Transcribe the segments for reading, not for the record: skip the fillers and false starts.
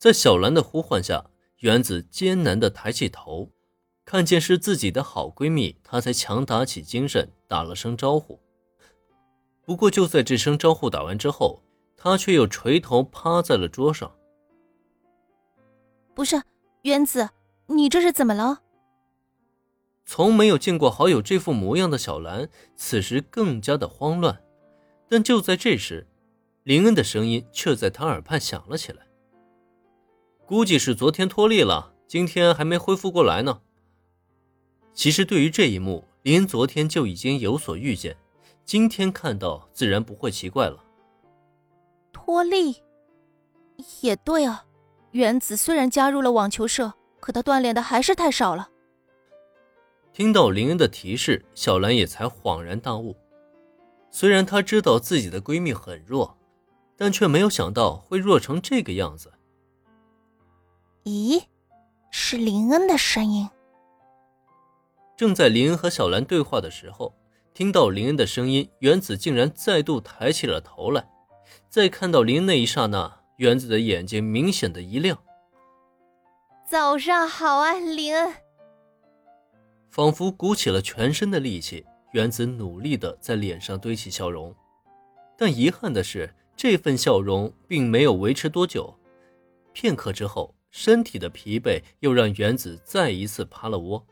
在小兰的呼唤下，原子艰难地抬起头，看见是自己的好闺蜜，她才强打起精神打了声招呼。不过就在这声招呼打完之后，她却又垂头趴在了桌上。 不是，原子，你这是怎么了？ 从没有见过好友这副模样的小兰，此时更加的慌乱。但就在这时，林恩的声音却在她耳畔响了起来。估计是昨天脱力了，今天还没恢复过来呢。其实对于这一幕，林恩昨天就已经有所预见，今天看到自然不会奇怪了。 脱力？也对啊，原子虽然加入了网球社，可他锻炼的还是太少了。 听到林恩的提示，小兰也才恍然大悟。虽然她知道自己的闺蜜很弱，但却没有想到会弱成这个样子。 咦，是林恩的声音。 正在林恩和小兰对话的时候，听到林恩的声音，原子竟然再度抬起了头来。在看到林恩那一刹那，原子的眼睛明显的一亮。 早上好啊，林恩。 仿佛鼓起了全身的力气，原子努力地在脸上堆起笑容。但遗憾的是，这份笑容并没有维持多久。片刻之后，身体的疲惫又让原子再一次趴了窝。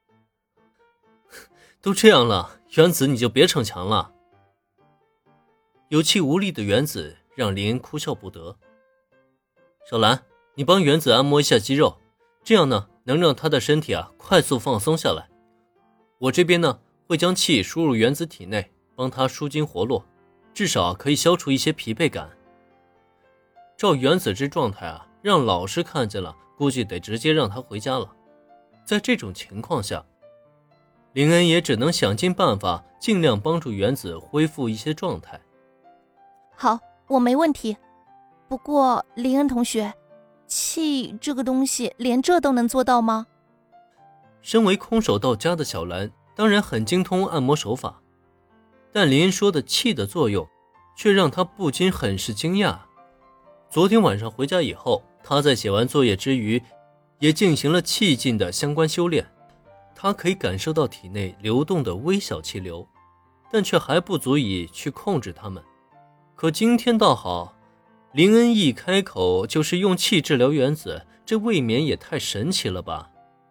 都这样了，原子你就别逞强了。有气无力的原子让林恩哭笑不得。小兰，你帮原子按摩一下肌肉，这样呢，能让他的身体快速放松下来。我这边呢，会将气输入原子体内，帮他舒筋活络，至少可以消除一些疲惫感。照原子这状态让老师看见了，估计得直接让他回家了。在这种情况下，林恩也只能想尽办法，尽量帮助原子恢复一些状态。 好，我没问题。不过，林恩同学，气这个东西连这都能做到吗？ 身为空手道家的小兰当然很精通按摩手法，但林恩说的气的作用却让她不禁很是惊讶。昨天晚上回家以后，她在写完作业之余也进行了气劲的相关修炼。她可以感受到体内流动的微小气流，但却还不足以去控制它们。可今天倒好，林恩一开口就是用气治疗原子，这未免也太神奇了吧。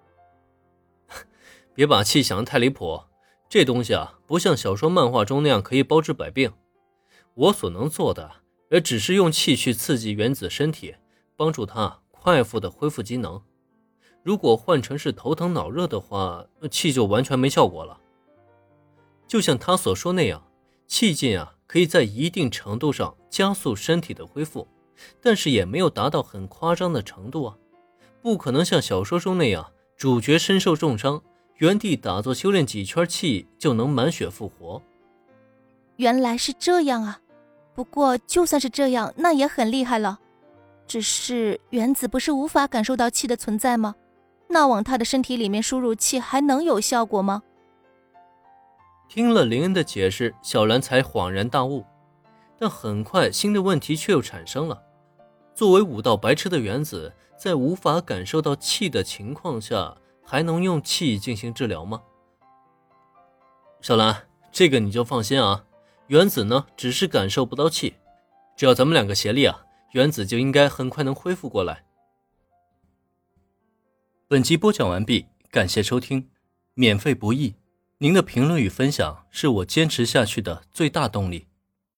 别把气想得太离谱，这东西不像小说漫画中那样可以包治百病。我所能做的也只是用气去刺激原子身体，帮助它快速的恢复机能。如果换成是头疼脑热的话，气就完全没效果了。就像他所说那样，气劲可以在一定程度上加速身体的恢复，但是也没有达到很夸张的程度不可能像小说中那样，主角身受重伤，原地打坐修炼几圈气就能满血复活。 原来是这样啊，不过就算是这样，那也很厉害了。只是原子不是无法感受到气的存在吗？那往他的身体里面输入气还能有效果吗？ 听了林恩的解释，小兰才恍然大悟。但很快新的问题却又产生了。作为武道白痴的原子，在无法感受到气的情况下，还能用气进行治疗吗？小兰，这个你就放心原子呢只是感受不到气，只要咱们两个协力原子就应该很快能恢复过来。本集播讲完毕，感谢收听，免费不易，您的评论与分享是我坚持下去的最大动力。